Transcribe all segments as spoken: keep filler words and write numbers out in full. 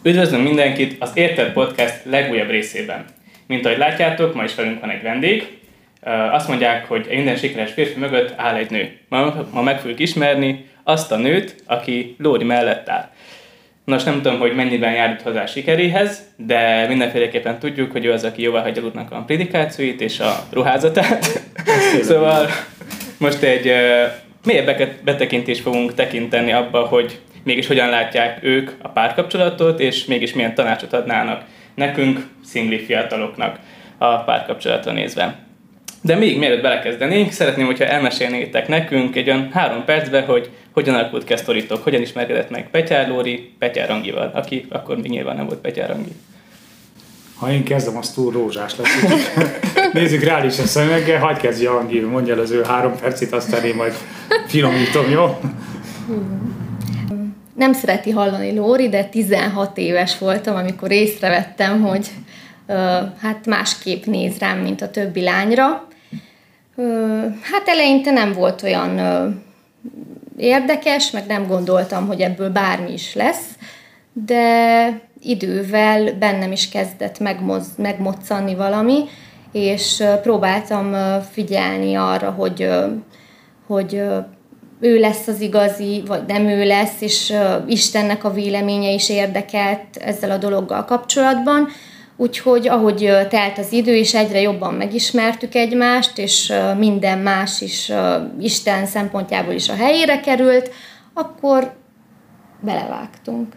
Üdvözlünk mindenkit az Érted Podcast legújabb részében. Mint ahogy látjátok, ma is velünk van egy vendég. Azt mondják, hogy minden sikeres férfi mögött áll egy nő. Ma, ma meg fogjuk ismerni azt a nőt, aki Lóri mellett áll. Nos, nem tudom, hogy mennyiben járult hozzá a sikeréhez, de mindenféleképpen tudjuk, hogy ő az, aki jóvá hagyja útnak a prédikációit és a ruházatát. Szóval most egy uh, mélyebb betekintést fogunk tekinteni abba, hogy mégis hogyan látják ők a párkapcsolatot, és mégis milyen tanácsot adnának nekünk, szingli fiataloknak a párkapcsolatra nézve. De még mielőtt belekezdenénk, szeretném, hogyha elmesélnétek nekünk egy olyan három percben, hogy hogyan alakult ki a sztoritok, hogyan ismerkedett meg Petyár Lóri Petyár Angival, aki akkor még nyilván nem volt Petyár Angi. Ha én kezdem, az túl rózsás lesz. Nézzük rá is a szemeggel, hagyd kezdje Angi, mondja el az ő három percét, aztán én majd finomítom, jó? Nem szereti hallani Lóri, de tizenhat éves voltam, amikor észrevettem, hogy uh, hát másképp néz rám, mint a többi lányra. Uh, hát eleinte nem volt olyan uh, érdekes, meg nem gondoltam, hogy ebből bármi is lesz, de idővel bennem is kezdett megmoz, megmoccanni valami, és uh, próbáltam uh, figyelni arra, hogy, uh, hogy uh, ő lesz az igazi, vagy nem ő lesz, és uh, Istennek a véleménye is érdekelt ezzel a dologgal kapcsolatban. Úgyhogy ahogy uh, telt az idő, és egyre jobban megismertük egymást, és uh, minden más is uh, Isten szempontjából is a helyére került, akkor belevágtunk.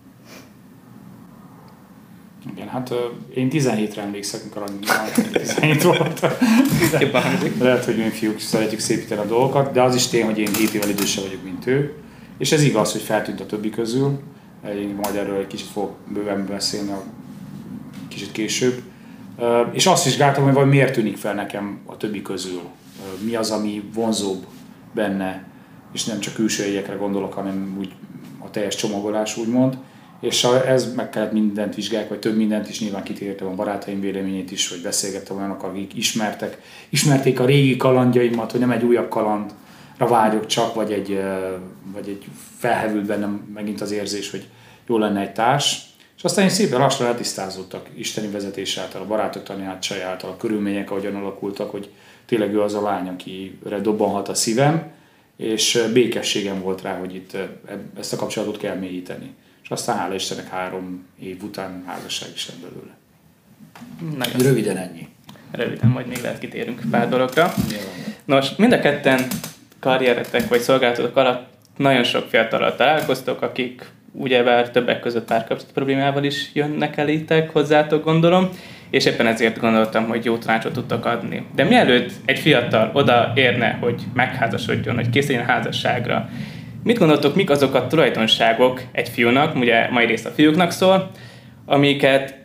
Igen, hát uh, én tizenhétre emlékszek, amikor annyi tizenhét volt. Lehet, hogy mi fiúk szeretjük szépíteni a dolgokat, de az is tény, hogy én hét évvel idősebb vagyok, mint ő. És ez igaz, hogy feltűnt a többi közül. Én majd erről egy kicsit fogok bőven beszélni, kicsit később. Uh, és azt vizsgáltam, hogy miért tűnik fel nekem a többi közül. Uh, mi az, ami vonzóbb benne, és nem csak külső jegyekre gondolok, hanem úgy a teljes csomagolás, úgymond. És ez meg kellett mindent vizsgálni, vagy több mindent is, nyilván kitértem a barátaim véleményét is, hogy beszélgettem olyanokkal, akik ismertek, ismerték a régi kalandjaimat, hogy nem egy újabb kalandra vágyok csak, vagy egy, vagy egy felhevült bennem megint az érzés, hogy jó lenne egy társ. És aztán én szépen lassan eltisztázódtak isteni vezetés által, a barátok tanácsai által, a körülmények ahogyan alakultak, hogy tényleg ő az a lány, akire dobbanhat a szívem, és békességem volt rá, hogy itt ezt a kapcsolatot kell mélyíteni. És aztán hála Istennek három év után házasság is lett belőle. Nagyon. Röviden ennyi. Röviden, majd még lehet kitérünk pár dologra. Nos, mind a ketten karrieretek vagy szolgáltatok alatt nagyon sok fiatalral találkoztok, akik ugyebár többek között párkapcsolat problémával is jönnek elétek hozzátok, gondolom, és éppen ezért gondoltam, hogy jó tanácsot tudtok adni. De mielőtt egy fiatal oda érne, hogy megházasodjon, hogy készüljön a házasságra, mit gondoltok, mik azok a tulajdonságok egy fiúnak, ugye mai részt a fiúknak szól, amiket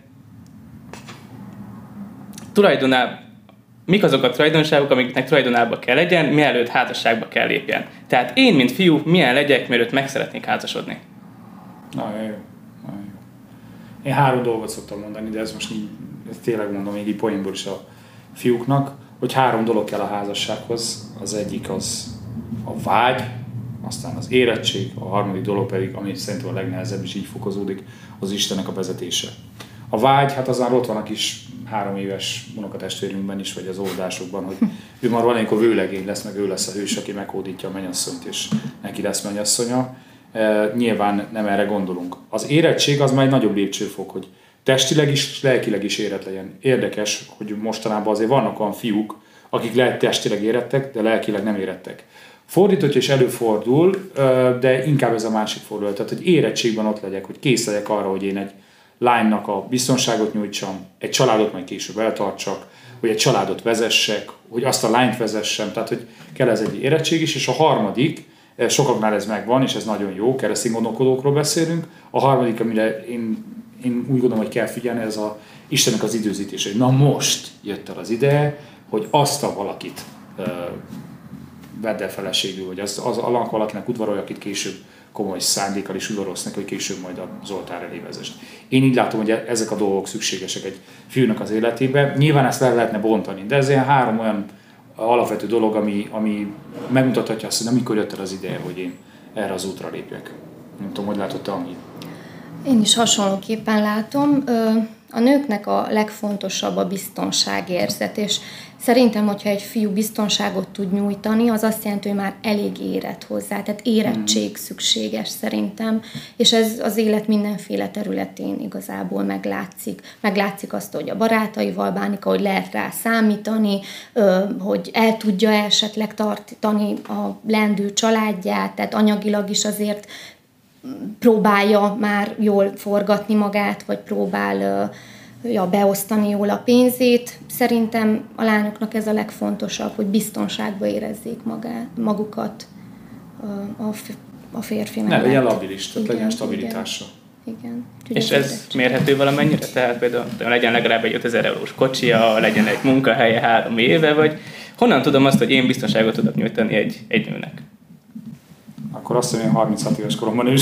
tulajdonában, mik azok a tulajdonságok, amiknek tulajdonába kell legyen, mielőtt házasságba kell lépjen. Tehát én, mint fiú, milyen legyek, mielőtt meg szeretnék házasodni? Na, jó. Na, jó. Én három dolgot szoktam mondani, de ez most így, ezt tényleg mondom még így poénból is a fiúknak, hogy három dolog kell a házassághoz. Az egyik az a vágy, aztán az érettség, a harmadik dolog pedig, ami szerintem a legnehezebb is így fokozódik, az Istennek a vezetése. A vágy, hát azán ott van a kis három éves unokatestvérünkben is, vagy az oldásokban, hogy ő már valamikor vőlegény lesz, meg ő lesz a hős, aki meghódítja a mennyasszonyt, és neki lesz mennyasszonya. E, nyilván nem erre gondolunk. Az érettség az már egy nagyobb lépcsőfok, hogy testileg is, lelkileg is érett legyen. Érdekes, hogy mostanában azért vannak olyan fiúk, akik lehet testileg érettek, de lelkileg nem érettek. Fordított is előfordul, de inkább ez a másik fordulat. Tehát, hogy érettségben ott legyek, hogy kész legyek arra, hogy én egy lánynak a biztonságot nyújtsam, egy családot majd később eltartsak, hogy egy családot vezessek, hogy azt a lányt vezessem, tehát, hogy kell ez egy érettség is, és a harmadik, sokaknál ez megvan, és ez nagyon jó, keresztény gondolkodókról beszélünk, a harmadik, amire én, én úgy gondolom, hogy kell figyelni, ez a Istennek az időzítése, hogy na most jött el az ideje, hogy azt a valakit vedd el feleségül, hogy az, az annak valakinek udvarolja, akit később komoly szándékkal is udvarolsz neki, hogy később majd az oltár elé vezess. Én így látom, hogy ezek a dolgok szükségesek egy fiúnak az életében. Nyilván ezt le lehetne bontani, de ez ilyen három olyan alapvető dolog, ami, ami megmutathatja azt, hogy amikor jött el az ideje, hogy én erre az útra lépjek. Nem tudom, hogy látod te, Angi? Én is hasonlóképpen látom. A nőknek a legfontosabb a biztonságérzet, és szerintem, hogyha egy fiú biztonságot tud nyújtani, az azt jelenti, hogy már elég érett hozzá, tehát érettség szükséges szerintem, és ez az élet mindenféle területén igazából meglátszik. Meglátszik azt, hogy a barátaival bánik, hogy lehet rá számítani, hogy el tudja esetleg tartani a leendő családját, tehát anyagilag is azért próbálja már jól forgatni magát, vagy próbál ja, beosztani jól a pénzét. Szerintem a lányoknak ez a legfontosabb, hogy biztonságba érezzék magát, magukat a, a férfi mellett. Ne legyen labilis, tehát igen, legyen stabilitása. Igen. igen. És ez érettség. Mérhető valamennyire? Tehát például legyen legalább egy ötezer eurós kocsia, legyen egy munkahelye három éve, vagy honnan tudom azt, hogy én biztonságot tudok nyújtani egy, egy nőnek? Akkor azt mondom, hogy harminchat éves koromban is.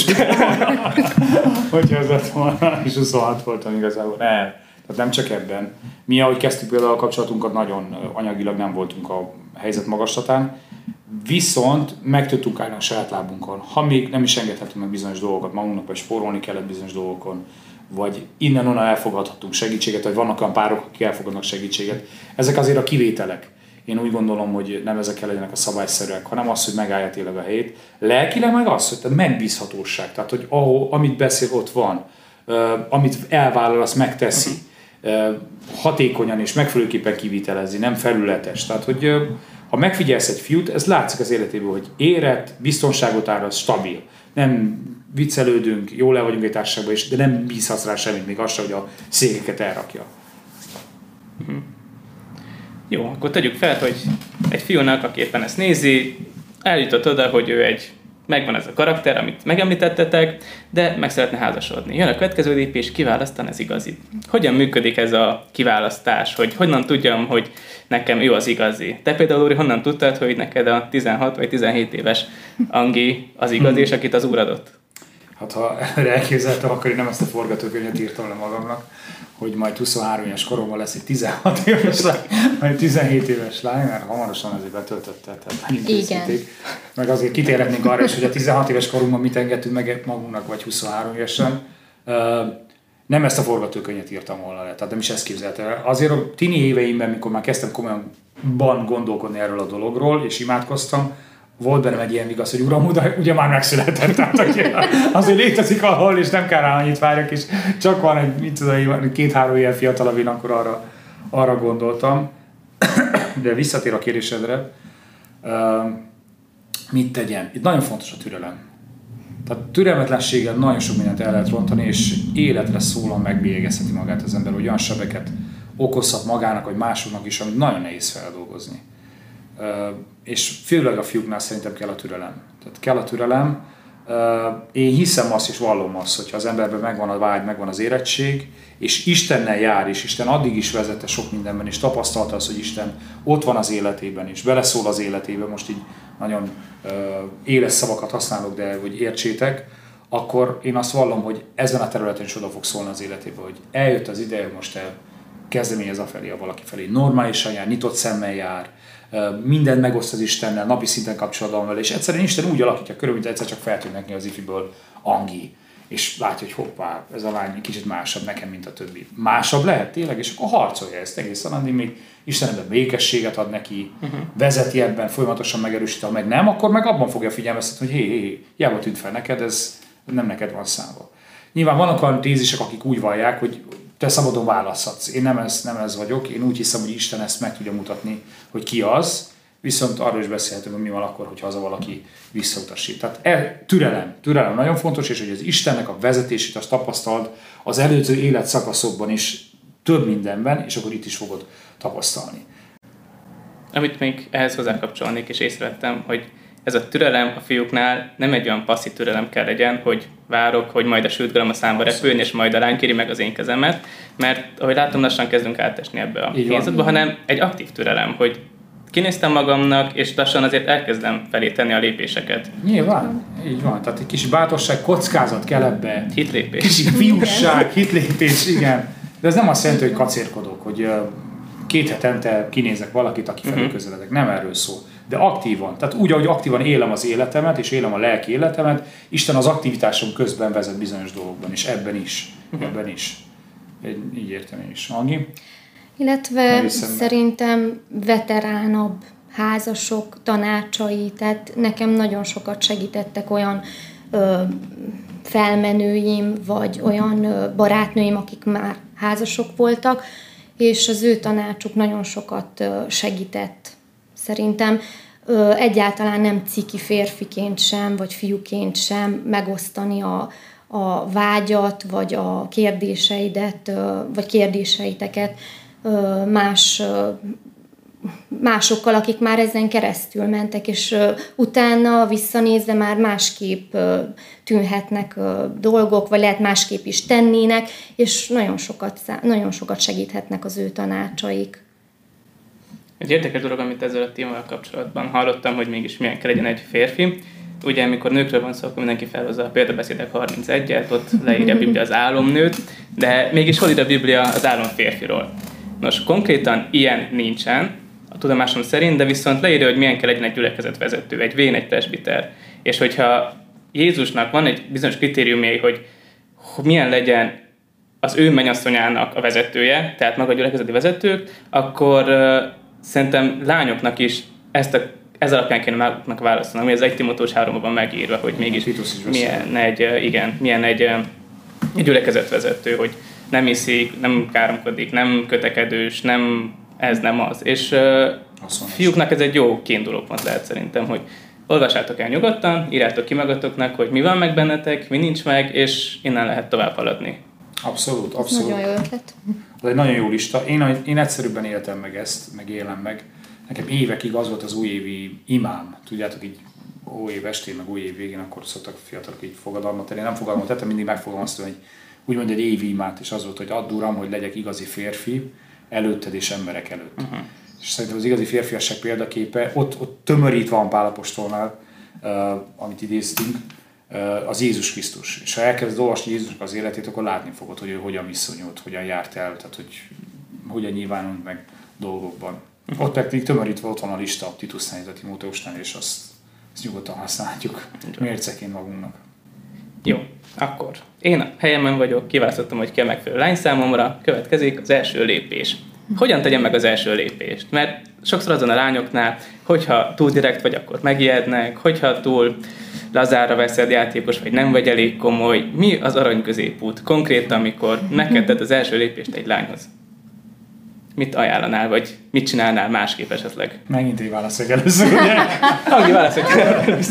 Hogyha ez lett volna, és huszonhat voltam igazából. Ne. Tehát nem csak ebben. Mi, ahogy kezdtük például a kapcsolatunkat, nagyon anyagilag nem voltunk a helyzet magaslatán, viszont meg tudtunk állni a saját lábunkon. Ha még nem is engedhetünk meg bizonyos dolgokat magunknak, vagy spórolni kellett bizonyos dolgokon, vagy innen-onnan elfogadhatunk segítséget, vagy vannak olyan párok, akik elfogadnak segítséget. Ezek azért a kivételek. Én úgy gondolom, hogy nem ezek kell legyenek a szabályszerűek, hanem az, hogy megállja tényleg a helyét. Lelkileg meg az, hogy a megbízhatóság, tehát hogy ahol, amit beszél, ott van, uh, amit elvállal, azt megteszi, uh, hatékonyan és megfelelőképpen kivitelezi, nem felületes. Tehát, hogy uh, ha megfigyelsz egy fiút, ez látszik az életéből, hogy érett, biztonságot áraz, stabil. Nem viccelődünk, jól el vagyunk egy társaságban, de nem bízhatsz rá semmit, még azt sem, hogy a székeket elrakja. Uh-huh. Jó, akkor tegyük fel, hogy egy fiúnak, aki éppen ezt nézi, eljutott oda, hogy ő egy, megvan ez a karakter, amit megemlítettetek, de meg szeretne házasodni. Jön a következő lépés, kiválasztan ez igazi. Hogyan működik ez a kiválasztás? Hogy honnan tudjam, hogy nekem ő az igazi? Te például, Lóri, honnan tudtad, hogy neked a tizenhat vagy tizenhét éves Angi az igazi, és akit az úr adott? Hát ha erre elképzeltem, akkor én nem ezt a forgatókönyvet írtam le magamnak, hogy majd huszonhárom éves koromban lesz egy tizenhat éves lány, majd tizenhét éves lány, mert hamarosan azért betöltötte, tehát intézíték. Meg azért kitérhetnénk arra is, hogy a tizenhat éves korunkban mit engedtünk meg magunknak, vagy huszonhárom évesen. Nem ezt a forgatókönyvet írtam volna le, tehát nem is ezt képzelte. Azért a tini éveimben, mikor már kezdtem komolyan gondolkodni erről a dologról, és imádkoztam, volt bennem egy ilyen igaz, hogy uram, ugye már megszületett, tehát azért létezik ahol, és nem kell rá annyit várjak, és csak van egy, mit tudom, két-három ilyen fiatalabb, én akkor arra, arra gondoltam. De visszatér a kérdésedre, mit tegyen? Itt nagyon fontos a türelem. Tehát türelmetlenséggel nagyon sok mindent el lehet rontani, és életre szólóan megbélyegezheti magát az ember, hogy olyan sebeket okozhat magának, vagy másoknak is, amit nagyon nehéz feldolgozni. Uh, és főleg a fiúknál szerintem kell a türelem. Tehát kell a türelem. Uh, én hiszem azt és vallom azt, hogyha az emberben megvan a vágy, megvan az érettség, és Istennel jár, és Isten addig is vezette sok mindenben, és tapasztalta azt, hogy Isten ott van az életében, és beleszól az életében, most így nagyon uh, éles szavakat használok, de hogy értsétek, akkor én azt vallom, hogy ezen a területen is oda fog szólni az életében, hogy eljött az ideje, most el kezdeményez afelé, a valaki felé. Normálisan jár, nyitott szemmel jár, mindent megoszt az Istennel, napi szinten kapcsolatban vele, és egyszerűen Isten úgy alakítja körül, mint egyszer csak feltűnt neki az ifiből Angi, és látja, hogy hoppá, ez a lány kicsit másabb nekem, mint a többi. Másabb lehet tényleg, és akkor harcolja ezt egészen, addig még Isten ebben békességet ad neki, uh-huh. vezeti ebben, folyamatosan megerősíti, ha meg nem, akkor meg abban fogja figyelmeztetni, hogy hé, hé, hé, hiába tűnt fel neked, ez nem neked van számva. Nyilván vannak olyan tézisek, akik úgy vallják, hogy te szabadon választhatsz. Én nem ez, nem ez vagyok, én úgy hiszem, hogy Isten ezt meg tudja mutatni, hogy ki az, viszont arról is beszélhetünk, hogy mi van akkor, hogyha az a valaki visszautasít. Tehát e, türelem, türelem nagyon fontos, és hogy az Istennek a vezetését azt tapasztald az előző életszakaszokban is több mindenben, és akkor itt is fogod tapasztalni. Amit még ehhez hozzákapcsolnék, és észrevettem, hogy ez a türelem a fiúknál nem egy olyan passzív türelem kell legyen, hogy várok, hogy majd a sült galamb a számba repüljön, és majd a lány kéri meg az én kezemet, mert ahogy látom, lassan kezdünk átesni ebbe a kényszatba, hanem egy aktív türelem, hogy kinéztem magamnak, és lassan azért elkezdem felé tenni a lépéseket. Nyilván, így van. Tehát egy kis bátorság, kockázat kell ebbe. Hitlépés. Kicsi fiússág, hitlépés, igen. De ez nem azt jelenti, hogy kacérkodok, hogy két hetente kinézek valakit, aki felé uh-huh. közeledek. Nem erről szól. de aktívan. Tehát úgy, ahogy aktívan élem az életemet, és élem a lelki életemet, Isten az aktivitásom közben vezet bizonyos dolgokban, és ebben is. Uh-huh. Ebben is. Így értem én is. Angi? Illetve szerintem veteránabb házasok tanácsai, tehát nekem nagyon sokat segítettek olyan ö, felmenőim, vagy olyan ö, barátnőim, akik már házasok voltak, és az ő tanácsuk nagyon sokat ö, segített. Szerintem ö, egyáltalán nem ciki férfiként sem, vagy fiúként sem megosztani a, a vágyat, vagy a kérdéseidet, ö, vagy kérdéseiteket ö, más ö, másokkal, akik már ezen keresztül mentek, és uh, utána visszanézve már másképp uh, tűnhetnek uh, dolgok, vagy lehet másképp is tennének, és nagyon sokat, nagyon sokat segíthetnek az ő tanácsaik. Egy érdekes dolog, amit ezzel a témával kapcsolatban hallottam, hogy mégis milyen kell legyen egy férfi. Ugye, amikor nőkről van szó, akkor mindenki felhozza a példabeszédek harmincegyet, ott leírja a Biblia az álomnőt, de mégis hol ír a Biblia az álomférfiról? Nos, konkrétan ilyen nincsen, a tudomásom szerint, de viszont leírja, hogy milyen kell legyen egy gyülekezetvezető, egy vén, egy presbiter. És hogyha Jézusnak van egy bizonyos kritériumé, hogy milyen legyen az ő mennyasszonyának a vezetője, tehát maga a gyülekezeti vezetők, akkor uh, szerintem lányoknak is ezt a, ez alapján kéne maguknak válaszolni, ami az egy Timóteus háromban megírva, hogy mégis milyen egy, uh, igen, milyen egy, uh, egy gyülekezetvezető, hogy nem iszik, nem káromkodik, nem kötekedős, nem ez nem az. És uh, fiúknak ez egy jó kiindulópont lehet szerintem, hogy olvassátok el nyugodtan, írjátok ki magatoknak, hogy mi van meg bennetek, mi nincs meg, és innen lehet tovább haladni. Abszolút, abszolút. Nagyon jó ötlet. Ez egy nagyon jó lista. Én, én egyszerűbben éltem meg ezt, meg élem meg. Nekem évekig az volt az újévi imám. Tudjátok, így újév estén, meg újév végén, akkor szoktak fiatalok így fogadalmat tenni. Nem fogadalmat tettem, mindig megfogalmaztam, hogy úgymond egy évi imát, és az volt, hogy add Uram, hogy legyek igazi férfi előtted és emberek előtt. Uh-huh. És szerintem az igazi férfiasság példaképe, ott, ott tömörítve van Pál apostolnál, uh, amit idéztünk, uh, az Jézus Krisztus. És ha elkezded olvasni Jézusnak az életét, akkor látni fogod, hogy ő hogyan viszonyult, hogyan járt el, tehát hogy hogyan nyilvánult meg dolgokban. Uh-huh. Ott pedig tömörítve ott van a lista a Titusnál, a Timóteusnál, és azt, azt nyugodtan használjuk mérceként magunknak. Jó, akkor én a helyemen vagyok, kiválasztottam, hogy ki a megfelelő lány számomra, következik az első lépés. Hogyan tegyem meg az első lépést? Mert sokszor azon a lányoknál, hogyha túl direkt vagy, akkor megijednek, hogyha túl lazára veszed játékos, vagy nem vagy elég komoly. Mi az arany középút? Konkrétan, amikor megkezded az első lépést egy lányhoz. Mit ajánlanál, vagy mit csinálnál másképp esetleg? Megint így válaszolj először, ugye? Annyi válaszolj először.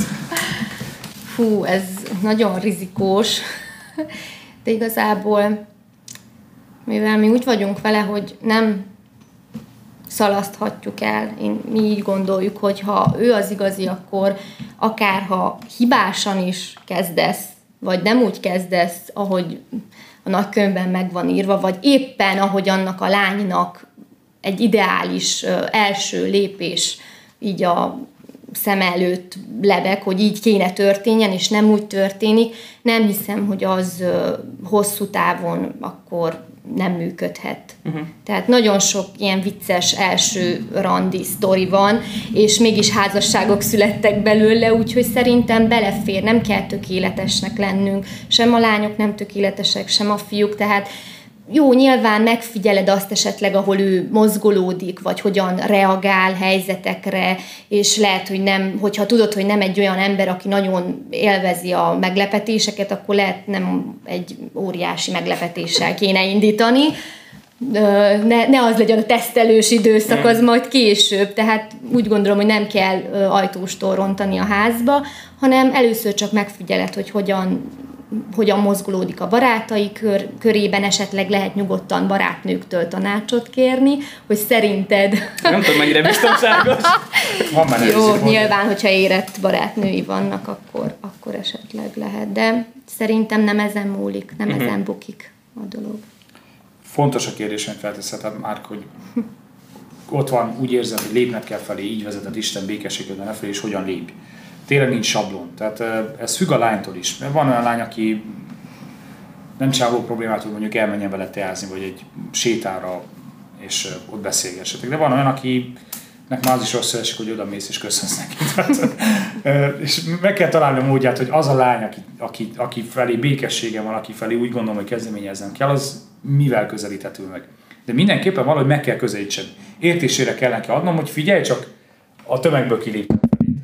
Fú, ez nagyon rizikós, de igazából, mivel mi úgy vagyunk vele, hogy nem szalaszthatjuk el, én, mi így gondoljuk, hogy ha ő az igazi, akkor akár ha hibásan is kezdesz, vagy nem úgy kezdesz, ahogy a nagykönyvben meg van írva, vagy éppen ahogy annak a lánynak egy ideális első lépés így a szem előtt lebeg, hogy így kéne történjen, és nem úgy történik, nem hiszem, hogy az hosszú távon akkor nem működhet. Uh-huh. Tehát nagyon sok ilyen vicces első randi sztori van, és mégis házasságok születtek belőle, úgyhogy szerintem belefér, nem kell tökéletesnek lennünk, sem a lányok nem tökéletesek, sem a fiúk, tehát jó, nyilván megfigyeled azt esetleg, ahol ő mozgolódik, vagy hogyan reagál helyzetekre, és lehet, hogy nem, hogyha tudod, hogy nem egy olyan ember, aki nagyon élvezi a meglepetéseket, akkor lehet nem egy óriási meglepetéssel kéne indítani. Ne, ne az legyen a tesztelős időszak, az majd később, tehát úgy gondolom, hogy nem kell ajtóstól rontani a házba, hanem először csak megfigyeled, hogy hogyan hogyan mozgolódik a barátai kör, körében, esetleg lehet nyugodtan barátnőktől tanácsot kérni, hogy szerinted... Nem tudom, mennyire biztonságos. Van már Jó, nyilván, hogyha érett barátnői vannak, akkor, akkor esetleg lehet, de szerintem nem ezen múlik, nem uh-huh. ezen bukik a dolog. Fontos a kérdés, amit felteszed, Márk, hogy ott van, úgy érzed, hogy lépned kell felé, így vezetett Isten békességedben felé, és hogyan lépj. Tényleg nincs sablon. Tehát ez függ a lánytól is. Mert van olyan lány, aki nem csináló problémát, hogy mondjuk elmenjen vele teázni, vagy egy sétára, és ott beszélgessetek. De van olyan, aki nekem az is rosszul esik, hogy oda mész és köszönsz neki. Tehát, és meg kell találni a módját, hogy az a lány, aki, aki, aki felé békessége van, aki felé úgy gondolom, hogy kezdeményeznem kell, az mivel közelíthető meg. De mindenképpen valahogy meg kell közelítsem. Értésére kell neki adnom, hogy figyelj csak, a tömegből kilépni.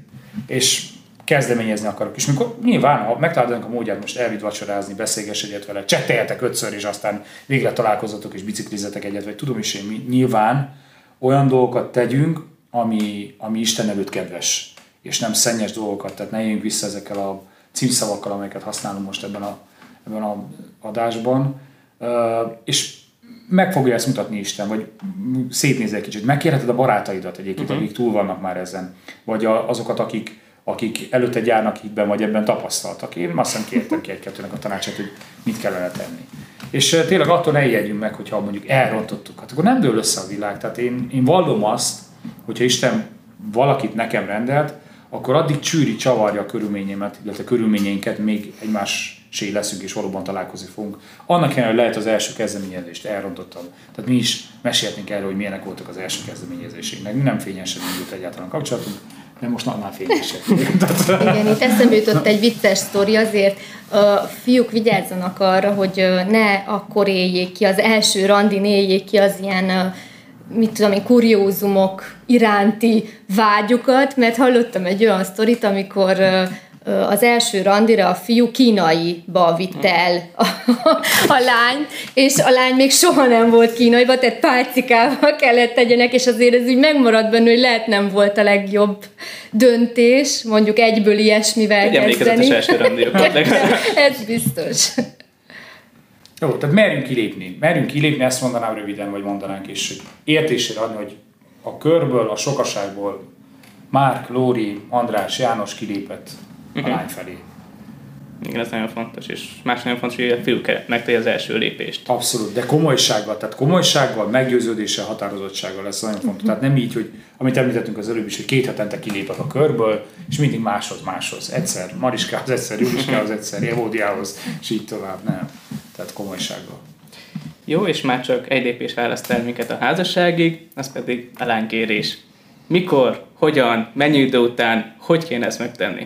És kezdeményezni akarok. És mikor nyilván, ha megtalálnak a módját most elvidd vacsorázni, beszélgess egyet vele, csetteljetek ötször, és aztán végre találkozatok és biciklizzetek egyet, vagy tudom is én, nyilván olyan dolgokat tegyünk, ami, ami Isten előtt kedves, és nem szennyes dolgokat, tehát ne jöjjünk vissza ezekkel a címszavakkal, amelyeket használunk most ebben a, ebben a adásban, uh, és meg fogja ezt mutatni Isten, vagy szétnézel egy kicsit. Megkérheted a barátaidat egyébként, uh-huh. akik túl vannak már ezen, vagy a, azokat, akik, akik előtte járnak hitben, vagy ebben tapasztaltak. Én azt hiszem kértem ki egy-kettőnek a tanácsát, hogy mit kellene tenni. És uh, tényleg attól ne ijedjünk meg, hogyha mondjuk elrontottuk, hát akkor nem dől össze a világ. Tehát én, én vallom azt, hogyha Isten valakit nekem rendelt, akkor addig csűri, csavarja a körülményemet, illetve a körülményeinket, még egymásé leszünk és valóban találkozni fogunk. Annak ellenére, hogy lehet az első kezdeményezést elrontottam. Tehát mi is mesélhetnénk erről, hogy milyenek voltak az első kezdeményezéseink. Nem fényesen indult egyáltalán a kapcsolatunk, de most annál fényesebb. Igen, itt eszembe jutott egy vicces sztori, azért a fiúk vigyázzanak arra, hogy ne akkor éljék ki, az első randin éljék ki az ilyen, mit tudom én, kuriózumok iránti vágyukat, mert hallottam egy olyan sztorit, amikor az első randira a fiú kínaiba vitte el a, a lányt, és a lány még soha nem volt kínaiba, tehát pálcikával kellett tegyenek, és azért ez úgy megmaradt benne, hogy lehet nem volt a legjobb döntés, mondjuk egyből ilyesmivel egy kezdeni. Emlékezetes első randirokat. Ez biztos. Jó, tehát merjünk kilépni. Merjünk kilépni, ezt mondanám röviden, vagy mondanánk is, hogy értésére adni, hogy a körből, a sokaságból Márk, Lóri, András, János kilépett a uh-huh. lány felé. Igen, ez nagyon fontos, és más nagyon fontos, hogy a fiú megtegye az első lépést. Abszolút, de komolysággal, tehát komolysággal, meggyőződéssel, határozottsággal lesz nagyon fontos. Uh-huh. Tehát nem így, hogy amit említettünk az előbb is, hogy két hetente kilépek a körből, és mindig máshoz, máshoz. Egyszer Mariskához, egyszer Juliskához, egyszer Evódiához, és így tovább. Nem. Tehát komolysággal. Jó, és már csak egy lépés választ el minket a házasságig, az pedig a lánykérés. Mikor, hogyan, mennyi idő után, hogy kéne ezt megtenni?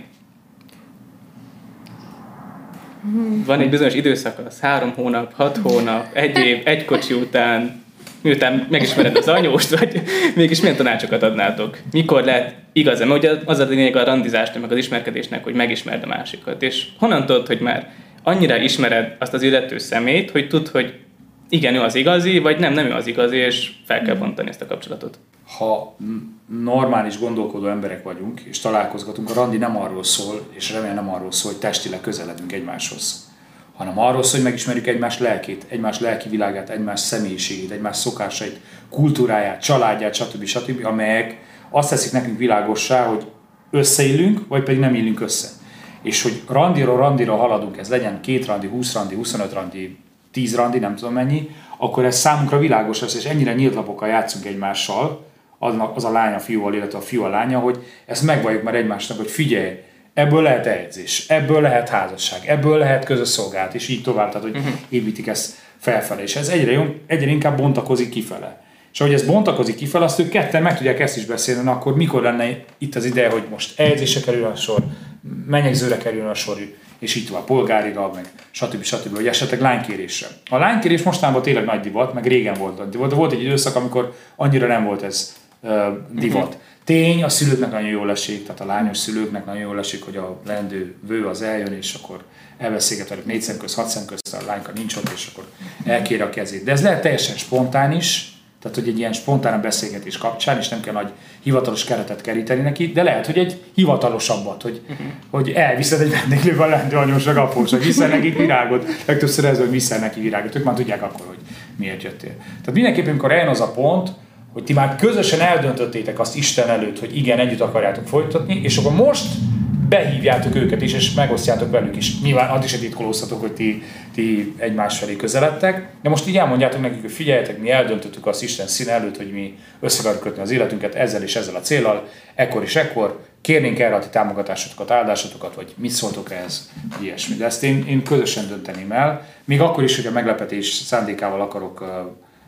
Van egy bizonyos időszakasz, három hónap, hat hónap, egy év, egy kocsi után, miután megismered az anyóst, vagy mégis milyen tanácsokat adnátok? Mikor lehet igazán? Mert ugye az a lényeg a randizásnak, meg az ismerkedésnek, hogy megismerd a másikat. És honnan tudod, hogy már annyira ismered azt az illető szemét, hogy tudd, hogy igen, ő az igazi, vagy nem, nem ő az igazi, és fel kell bontani ezt a kapcsolatot. Ha normális gondolkodó emberek vagyunk, és találkozgatunk, a randi nem arról szól, és remélem nem arról szól, hogy testileg közeledünk egymáshoz, hanem arról szól, hogy megismerjük egymás lelkét, egymás lelki világát, egymás személyiségét, egymás szokásait, kultúráját, családját, stb. stb., amelyek azt teszik nekünk világossá, hogy összeillünk, vagy pedig nem illünk össze. És hogy randiról randira haladunk, ez legyen két randi, húsz randi, huszonöt randi, tíz randi, nem tudom mennyi, akkor ez számunkra világos lesz, és ennyire nyílt lapokkal játszunk egymással, az a lány a fiúval, illetve a fiú a lánya, hogy ezt megvalljuk már egymásnak, hogy figyelj, ebből lehet edzés, ebből lehet házasság, ebből lehet közös szolgálat, és így tovább, tehát hogy uh-huh. építik ezt felfele, és ez egyre, egyre inkább bontakozik kifele. És ahogy ez bontakozik kifele, azt ők ketten meg tudják ezt is beszélni, na akkor mikor lenne itt az ideje, hogy most edzésre kerül a sor, menyegzőre kerül a sor, és így tovább, polgárira, meg stb. stb. Vagy esetleg lánykérésre. A lánykérés mostanában tényleg nagy divat, meg régen volt nagy divat, de volt egy időszak, amikor annyira nem volt ez uh, divat. Uh-huh. Tény, a szülőknek nagyon jól esik, tehát a lányos szülőknek nagyon jól esik, hogy a leendő vő az eljön, és akkor elbeszélget velük négy szem közt, hat szem közt, a lányka nincs ott, és akkor elkér a kezét. De ez lehet teljesen spontán is, tehát hogy egy ilyen spontán beszélgetés kapcsán, és nem kell nagy hivatalos keretet keríteni neki, de lehet, hogy egy hivatalosabbat, hogy, uh-huh. hogy elviszed egy vendéglővel leendő anyósnak, apósnak, viszel nekik virágot, legtöbbször ez, hogy viszel neki virágot, ők már tudják akkor, hogy miért jöttél. Tehát mindenképpen, amikor eljön az a pont, hogy ti már közösen eldöntöttétek azt Isten előtt, hogy igen, együtt akarjátok folytatni, és akkor most behívjátok őket is, és megosztjátok velük is. Nyilván addig se titkolóztatok, hogy ti, ti egymás felé közeledtek, de most így elmondjátok nekik, hogy figyeljetek, mi eldöntöttük azt Isten színe előtt, hogy mi össze akarjuk kötni az életünket ezzel és ezzel a céllal, ekkor és ekkor, kérnénk erre a ti támogatásotokat, áldásotokat, vagy mit szóltok ehhez, vagy ilyesmi. De ezt én, én közösen dönteném el, még akkor is, hogy a meglepetés szándékával akarok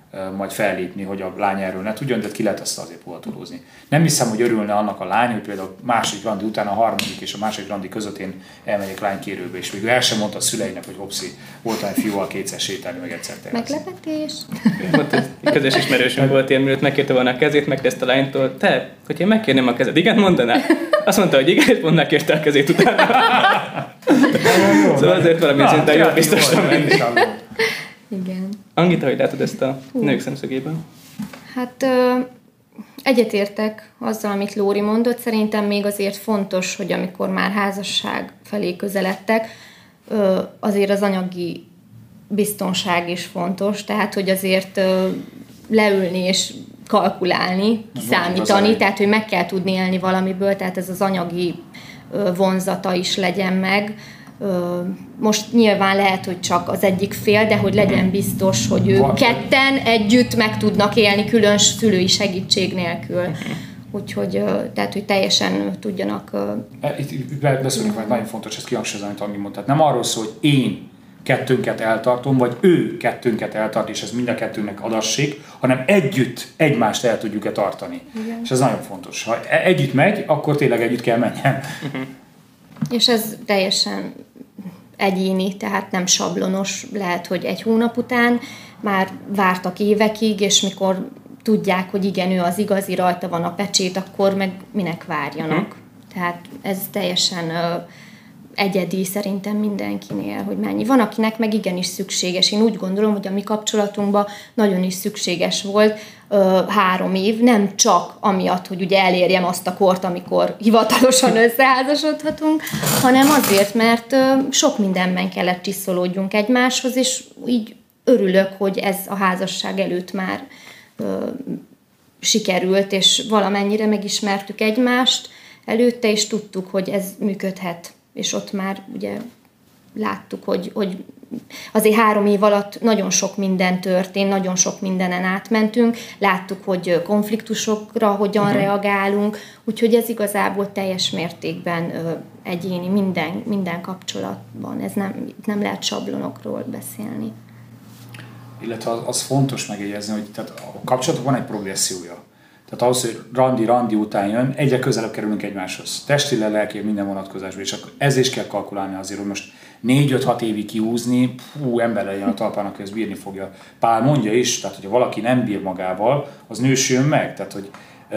majd fellépni, hogy a lány erről ne tudjon, de ki lehet azt azért puhatolózni. Nem hiszem, hogy örülne annak a lány, hogy például a második randi után a harmadik és a második randi között én elmegyek lánykérőbe, és még el sem mondta a szüleinek, hogy hopszi, voltam egy fiúval kétszer sétálni, meg egyszer tervezni. Meglepetés. Volt egy közös ismerősünk volt ilyen, mielőtt megkérte volna a kezét, megkezdte a lánytól, te, hogy én megkérném a kezed, igen, mondaná? Azt mondta, hogy igen, és pont megkérte a kezét utána. Szóval azért valami szinten jó biztosan menni. Igen. Angita, hogy látod ezt a Hú. nők szemszögében? Hát ö, egyetértek azzal, amit Lóri mondott. Szerintem még azért fontos, hogy amikor már házasság felé közeledtek, ö, azért az anyagi biztonság is fontos. Tehát, hogy azért ö, leülni és kalkulálni, számítani, tehát, hogy meg kell tudni élni valamiből, tehát ez az anyagi ö, vonzata is legyen meg. Most nyilván lehet, hogy csak az egyik fél, de hogy legyen biztos, hogy ők ketten együtt meg tudnak élni külön szülői segítség nélkül. Úgyhogy, tehát, hogy teljesen tudjanak... Itt beszélünk, mert nagyon fontos ezt kihangsúlyozni, amit Angi mondta. Nem arról szól, hogy én kettőnket eltartom, vagy ő kettőnket eltart, és ez mind a kettőnek adassék, hanem együtt egymást el tudjuk-e tartani. Igen. És ez nagyon fontos. Ha együtt megy, akkor tényleg együtt kell menjen. És ez teljesen egyéni, tehát nem sablonos. Lehet, hogy egy hónap után már vártak évekig, és mikor tudják, hogy igen, ő az igazi, rajta van a pecsét, akkor meg minek várjanak. Uh-huh. Tehát ez teljesen uh, egyedi szerintem mindenkinél, hogy mennyi. Van, akinek meg igenis szükséges. Én úgy gondolom, hogy a mi kapcsolatunkban nagyon is szükséges volt uh, három év, nem csak amiatt, hogy ugye elérjem azt a kort, amikor hivatalosan összeházasodhatunk, hanem azért, mert uh, sok mindenben kellett csiszolódjunk egymáshoz, és így örülök, hogy ez a házasság előtt már uh, sikerült, és valamennyire megismertük egymást előtte, és tudtuk, hogy ez működhet. És ott már ugye láttuk, hogy, hogy azért három év alatt nagyon sok minden történt, nagyon sok mindenen átmentünk, láttuk, hogy konfliktusokra hogyan uh-huh. reagálunk, úgyhogy ez igazából teljes mértékben ö, egyéni minden, minden kapcsolatban. Ez nem, nem lehet sablonokról beszélni. Illetve az, az fontos megjegyezni, hogy tehát a kapcsolatok van egy progressziója. Tehát ahhoz, hogy randi-randi után jön, egyre közelebb kerülünk egymáshoz. Testileg, lelkileg, minden vonatkozásban. És akkor ez is kell kalkulálni azért, hogy most négy-öt-hat évig kiúzni, hú, ember legyen a talpának, hogy ez bírni fogja. Pál mondja is, tehát hogyha valaki nem bír magával, az nősüljön meg. Tehát, hogy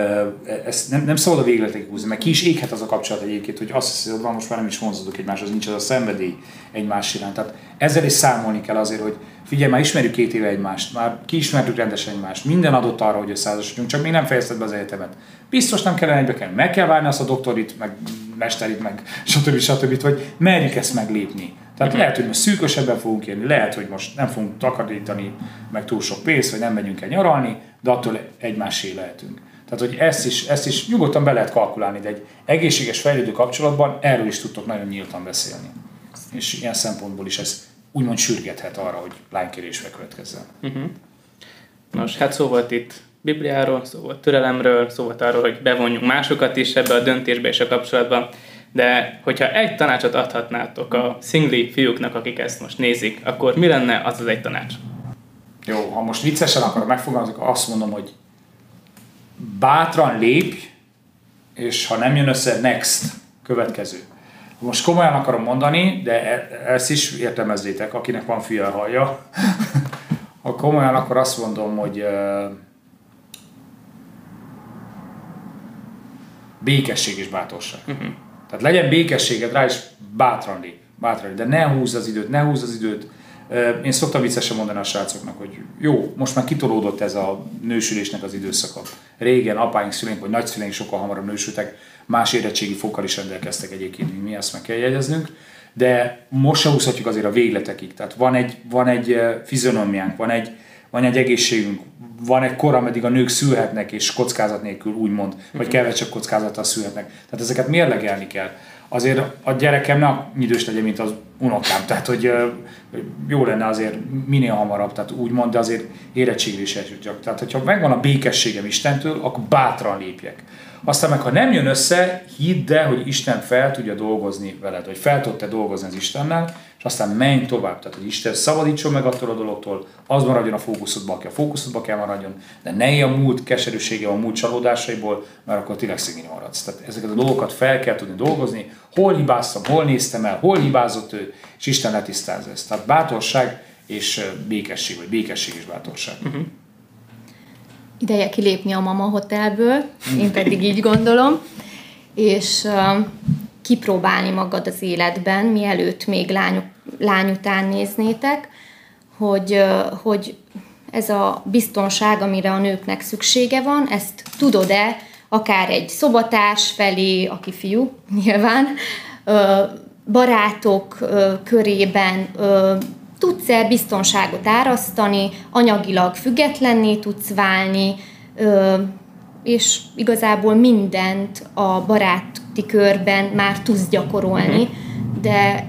ezt nem, nem szabad a végletekig húzni, mert ki is éghet az a kapcsolat egyébként, hogy azt hiszi, hogy most már nem is vonzódok egymáshoz, nincs az a szenvedély egymás iránt. Tehát ezzel is számolni kell azért, hogy figyelj, már ismerjük két éve egymást, már kiismertük rendesen egymást, minden adott arra, hogy összeházasodjunk, csak még nem fejezted be az egyetemet. Biztos nem kellene egybe kell, meg kell várni azt a doktorit, meg mesterit, meg stb. stb. Vagy merjük ezt meglépni. Tehát lehet, hogy most szűkösebben fogunk élni, lehet, hogy most nem fogunk takarítani, meg túl sok pénzt, vagy nem megyünk el nyaralni, de attól egymásé lehetünk. Tehát, hogy ezt is, ezt is nyugodtan be lehet kalkulálni, de egy egészséges fejlődő kapcsolatban erről is tudtok nagyon nyíltan beszélni. És ilyen szempontból is ez úgymond sürgethet arra, hogy lánykérésbe következzen. Uh-huh. Nos, hát szó volt itt Bibliáról, szó volt türelemről, szó volt arról, hogy bevonjunk másokat is ebbe a döntésbe és a kapcsolatba, de hogyha egy tanácsot adhatnátok a szingli fiúknak, akik ezt most nézik, akkor mi lenne az az egy tanács? Jó, ha most viccesen akarom megfogalmazni, akkor azt mondom, hogy bátran lépj, és ha nem jön össze, next, következő. Most komolyan akarom mondani, de ezt is értelmezzétek, akinek van fülje, hallja. Ha komolyan, akkor azt mondom, hogy uh, békesség és bátorság. Uh-huh. Tehát legyen békességed rá, és bátran lép, bátran lép. De ne húzz az időt, ne húzz az időt. Én szoktam viccesen mondani a srácoknak, hogy jó, most már kitolódott ez a nősülésnek az időszaka. Régen apáink, szüleink vagy nagyszüleink sokkal hamarabb nősültek, más érettségi fokkal is rendelkeztek egyébként, mint mi, ezt meg kell jegyeznünk, de most se húzhatjuk azért a végletekig. Tehát van egy, van egy fizionomiánk, van egy, van egy egészségünk, van egy kor, ameddig a nők szülhetnek, és kockázat nélkül úgymond, vagy kevesebb kockázattal szülhetnek. Tehát ezeket mérlegelni kell. Azért a gyerekem ne annyi idős legyen, mint az unokám, tehát hogy jó lenne azért minél hamarabb, tehát úgymond, de azért érettségre is eljutjak. Tehát hogyha megvan a békességem Istentől, akkor bátran lépjek. Aztán meg, ha nem jön össze, hidd el, hogy Isten fel tudja dolgozni veled, vagy fel tudta dolgozni az Istennel, és aztán menj tovább. Tehát, hogy Isten szabadítson meg attól a dologtól, az maradjon a fókuszodba, aki a fókuszodba kell maradjon, de ne élj a múlt keserűsége, a múlt csalódásaiból, mert akkor tényleg szegény maradsz. Tehát ezeket a dolgokat fel kell tudni dolgozni, hol hibáztam, hol néztem el, hol hibázott ő, és Isten letisztáz ezt. Tehát bátorság és békesség, vagy békesség és bátorság. Uh-huh. Ideje kilépni a Mama Hotelből, én pedig így gondolom, és uh, kipróbálni magad az életben, mielőtt még lány, lány után néznétek, hogy, uh, hogy ez a biztonság, amire a nőknek szüksége van, ezt tudod-e akár egy szobatárs felé, aki fiú, nyilván, uh, barátok uh, körében, uh, tudsz-e biztonságot árasztani, anyagilag függetlenné tudsz válni, és igazából mindent a baráti körben már tudsz gyakorolni, de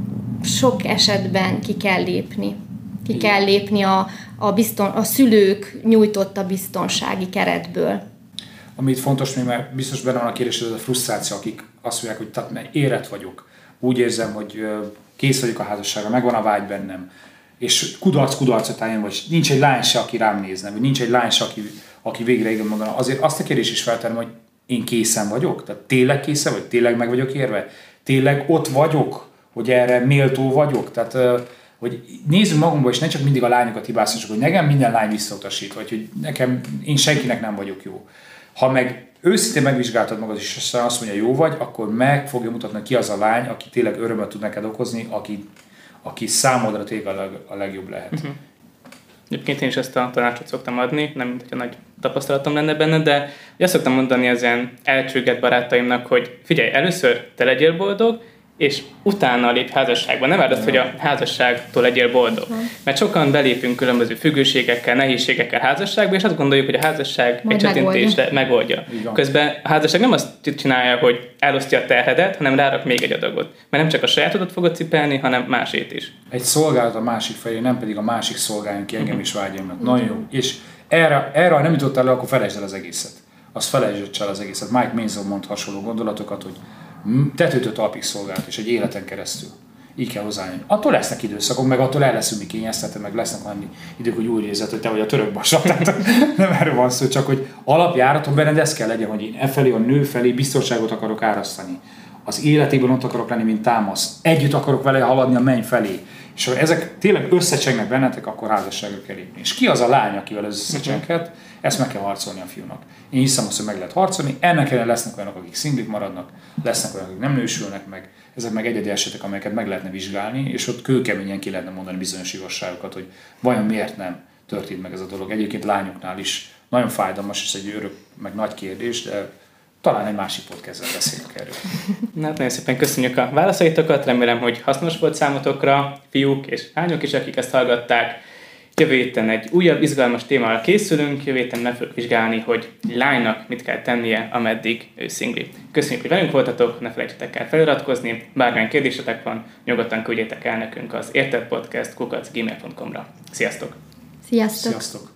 sok esetben ki kell lépni. Ki Igen. kell lépni a, a, bizton, a szülők nyújtotta biztonsági keretből. Amit fontos még, mert biztos benne van a kérdés, ez a frusztráció, akik azt mondják, hogy tehát mert érett vagyok. Úgy érzem, hogy kész vagyok a házasságra, megvan a vágy bennem, és kudarc kudarcot álljon, vagy nincs egy lány se, aki rám nézne, vagy nincs egy lány se, aki, aki végre igen mondana. Azért azt a kérdést is feltennem, hogy én készen vagyok? Tehát tényleg készen vagy? Tényleg meg vagyok érve? Tényleg ott vagyok, hogy erre méltó vagyok? Tehát, hogy nézzünk magunkba, és ne csak mindig a lányokat hibáztassuk, hogy nekem minden lány visszautasít, vagy hogy nekem, én senkinek nem vagyok jó. Ha meg őszintén megvizsgáltad magad, és aztán azt mondja, jó vagy, akkor meg fogja mutatni, ki az a lány, aki tényleg örömet tud neked okozni, aki, aki számodra tényleg a, leg, a legjobb lehet. Uh-huh. Egyébként én is ezt a tanácsot szoktam adni, nem mint hogy a nagy tapasztalatom lenne benne, de azt szoktam mondani az ilyen elcsülgett barátaimnak, hogy figyelj, először te legyél boldog, és utána lép házasságba. Nem várd azt, hogy a házasságtól legyél boldog. Mert sokan belépünk különböző függőségekkel, nehézségekkel házasságba, és azt gondoljuk, hogy a házasság majd egy csettintésre megoldja. Közben a házasság nem azt csinálja, hogy elosztja a terhedet, hanem rárak még egy adagot. Mert nem csak a sajátodat fogod cipelni, hanem másét is. Egy szolgálat a másik felé, nem pedig a másik szolgáljon ki engem is vágyamnak. Nagyon jó. És erre, erre ha nem jutottál le, akkor felejtsd el az egészet. Azt felejtsd el az egészet. Mike Manson mond hasonló gondolatokat, hogy tetőtől talpig szolgált, és egy életen keresztül. Így kell hozzáállni. Attól lesznek időszakok, meg attól el leszünk mi kényeztetve, meg lesznek annyi idők, hogy úgy érzed, hogy te vagy a török basa. Tehát nem erről van szó, csak hogy alapjáraton benned ez kell legyen, hogy én e felé, a nő felé biztonságot akarok árasztani. Az életében ott akarok lenni, mint támasz. Együtt akarok vele haladni a menny felé. És ha ezek tényleg összecsengnek bennetek, akkor házasságra kell lépni. És ki az a lány, akivel ez összecsenghet? Ezt meg kell harcolni a fiúnak. Én hiszem azt, hogy meg lehet harcolni. Ennek ellen lesznek olyanok, akik szinglik maradnak, lesznek olyanok, akik nem nősülnek meg. Ezek meg egyedi esetek, amelyeket meg lehetne vizsgálni, és ott kőkeményen ki lehetne mondani bizonyos igazságokat, hogy vajon miért nem történt meg ez a dolog. Egyébként lányoknál is nagyon fájdalmas, és egy örök, meg nagy kérdés, de talán egy másik podcastben beszélünk erről. Na, nagyon szépen köszönjük a válaszaitokat, remélem, hogy hasznos volt számotokra, fiúk és lányok is, akik ezt hallgatták. Jövő héten egy újabb izgalmas témával készülünk, jövő héten meg fogjuk vizsgálni, hogy lánynak mit kell tennie, ameddig ő szingli. Köszönjük, hogy velünk voltatok, ne felejtsetek el feliratkozni, bármilyen kérdésetek van, nyugodtan küldjétek el nekünk az értettpodcast kukac gmail pont com-ra. Sziasztok! Sziasztok! Sziasztok.